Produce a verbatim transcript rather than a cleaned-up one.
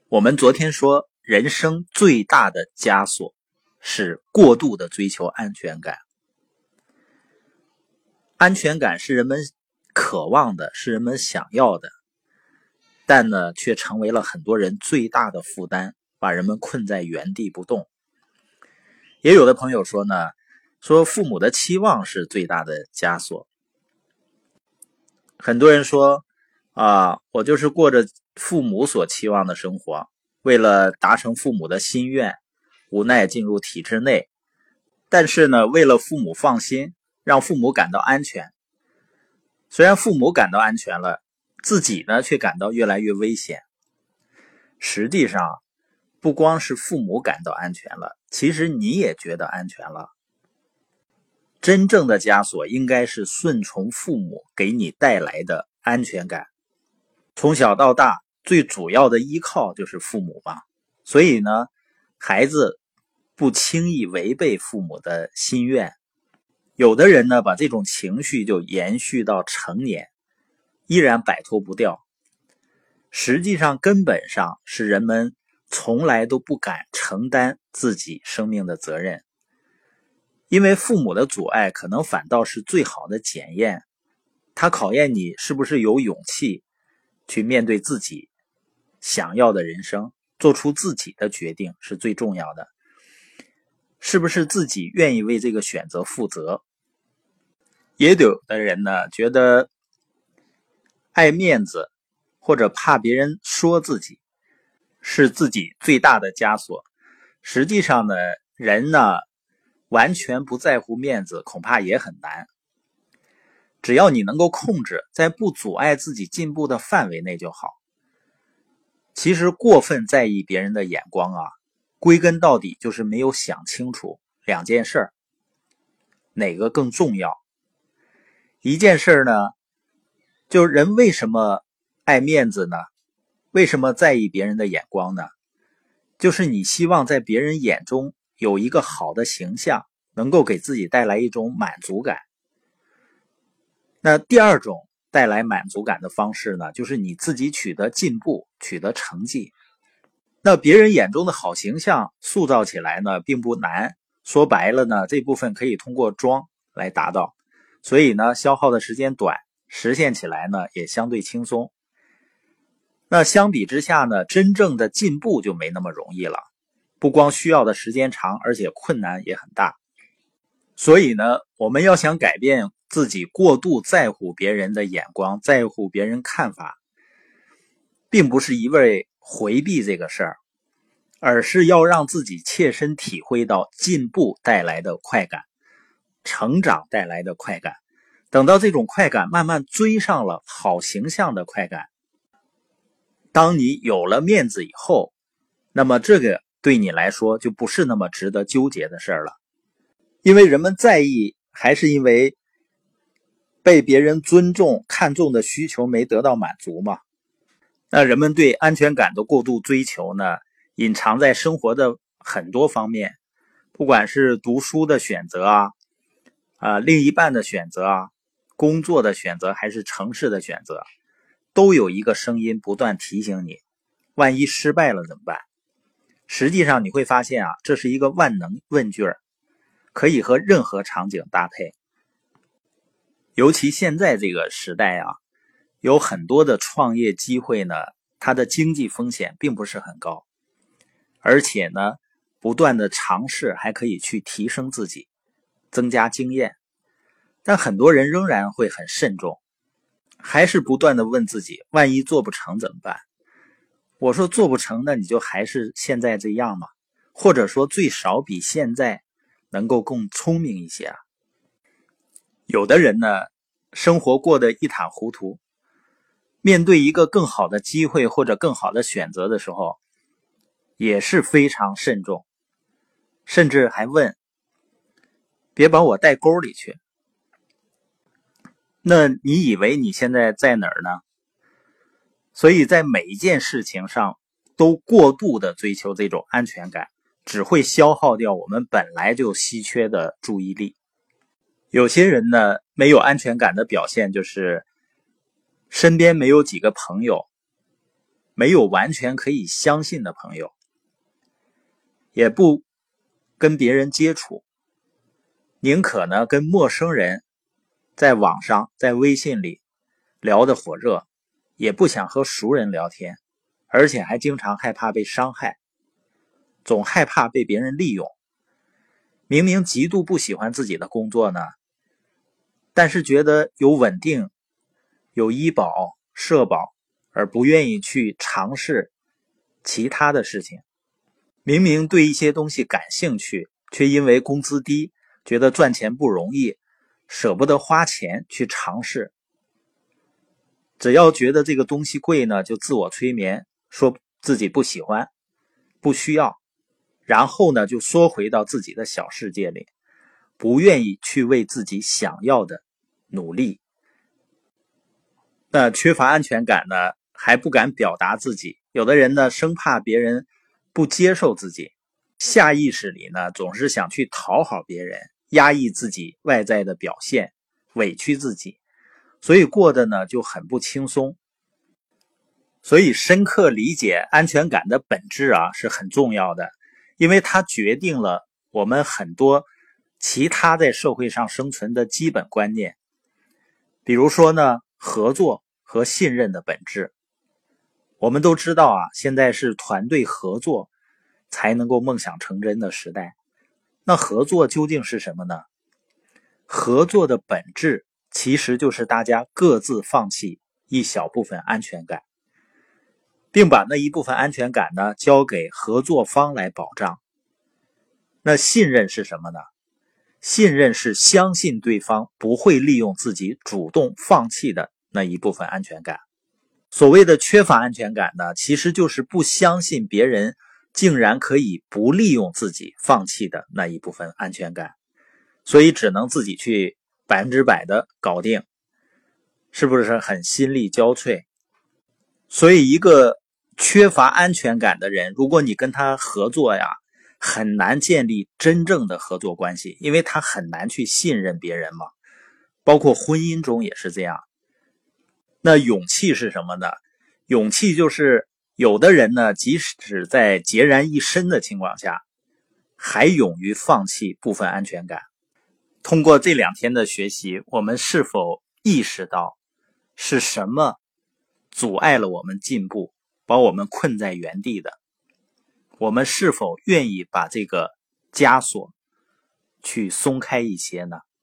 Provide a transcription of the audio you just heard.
我们昨天说，人生最大的枷锁是过度的追求安全感。安全感是人们渴望的，是人们想要的，但呢，却成为了很多人最大的负担，把人们困在原地不动。也有的朋友说呢，说父母的期望是最大的枷锁。很多人说啊，我就是过着父母所期望的生活，为了达成父母的心愿，无奈进入体制内。但是呢，为了父母放心，让父母感到安全。虽然父母感到安全了，自己呢却感到越来越危险。实际上，不光是父母感到安全了，其实你也觉得安全了。真正的枷锁应该是顺从父母给你带来的安全感。从小到大，最主要的依靠就是父母嘛。所以呢，孩子不轻易违背父母的心愿。有的人呢，把这种情绪就延续到成年，依然摆脱不掉。实际上，根本上是人们从来都不敢承担自己生命的责任。因为父母的阻碍可能反倒是最好的检验，它考验你是不是有勇气去面对自己想要的人生，做出自己的决定是最重要的。是不是自己愿意为这个选择负责？也有的人呢，觉得爱面子或者怕别人说自己是自己最大的枷锁。实际上呢，人呢完全不在乎面子恐怕也很难。只要你能够控制在不阻碍自己进步的范围内就好。其实过分在意别人的眼光啊，归根到底就是没有想清楚两件事儿，哪个更重要。一件事呢，就是人为什么爱面子呢？为什么在意别人的眼光呢？就是你希望在别人眼中有一个好的形象，能够给自己带来一种满足感。那第二种带来满足感的方式呢，就是你自己取得进步，取得成绩。那别人眼中的好形象塑造起来呢，并不难。说白了呢，这部分可以通过装来达到。所以呢，消耗的时间短，实现起来呢也相对轻松。那相比之下呢，真正的进步就没那么容易了，不光需要的时间长，而且困难也很大。所以呢，我们要想改变自己过度在乎别人的眼光，在乎别人看法，并不是一味回避这个事儿，而是要让自己切身体会到进步带来的快感，成长带来的快感。等到这种快感慢慢追上了好形象的快感，当你有了面子以后，那么这个对你来说就不是那么值得纠结的事儿了。因为人们在意，还是因为被别人尊重看重的需求没得到满足嘛。那人们对安全感的过度追求呢，隐藏在生活的很多方面，不管是读书的选择啊，啊，另一半的选择啊，工作的选择还是城市的选择，都有一个声音不断提醒你，万一失败了怎么办？实际上你会发现啊，这是一个万能问句，可以和任何场景搭配。尤其现在这个时代啊，有很多的创业机会呢，它的经济风险并不是很高，而且呢，不断的尝试还可以去提升自己，增加经验。但很多人仍然会很慎重，还是不断的问自己，万一做不成怎么办？我说做不成，那你就还是现在这样嘛，或者说最少比现在能够更聪明一些啊。有的人呢，生活过得一塌糊涂，面对一个更好的机会或者更好的选择的时候，也是非常慎重，甚至还问，别把我带沟里去。那你以为你现在在哪儿呢？所以在每一件事情上都过度的追求这种安全感，只会消耗掉我们本来就稀缺的注意力。有些人呢，没有安全感的表现就是身边没有几个朋友没有完全可以相信的朋友，也不跟别人接触，宁可呢跟陌生人在网上在微信里聊得火热，也不想和熟人聊天，而且还经常害怕被伤害，总害怕被别人利用。明明极度不喜欢自己的工作呢，但是觉得有稳定、有医保、社保，而不愿意去尝试其他的事情。明明对一些东西感兴趣，却因为工资低，觉得赚钱不容易，舍不得花钱去尝试。只要觉得这个东西贵呢，就自我催眠，说自己不喜欢，不需要，然后呢就缩回到自己的小世界里，不愿意去为自己想要的努力。那缺乏安全感呢，还不敢表达自己。有的人呢，生怕别人不接受自己，下意识里呢，总是想去讨好别人，压抑自己外在的表现，委屈自己，所以过得呢就很不轻松。所以深刻理解安全感的本质啊，是很重要的，因为它决定了我们很多其他在社会上生存的基本观念。比如说呢，合作和信任的本质。我们都知道啊，现在是团队合作才能够梦想成真的时代。那合作究竟是什么呢？合作的本质其实就是大家各自放弃一小部分安全感，并把那一部分安全感呢交给合作方来保障。那信任是什么呢？信任是相信对方不会利用自己主动放弃的那一部分安全感。所谓的缺乏安全感呢，其实就是不相信别人竟然可以不利用自己放弃的那一部分安全感，所以只能自己去百分之百的搞定，是不是很心力交瘁？所以一个缺乏安全感的人，如果你跟他合作呀，很难建立真正的合作关系，因为他很难去信任别人嘛。包括婚姻中也是这样。那勇气是什么呢？勇气就是有的人呢，即使在孑然一身的情况下，还勇于放弃部分安全感。通过这两天的学习，我们是否意识到是什么阻碍了我们进步，把我们困在原地的？我们是否愿意把这个枷锁去松开一些呢？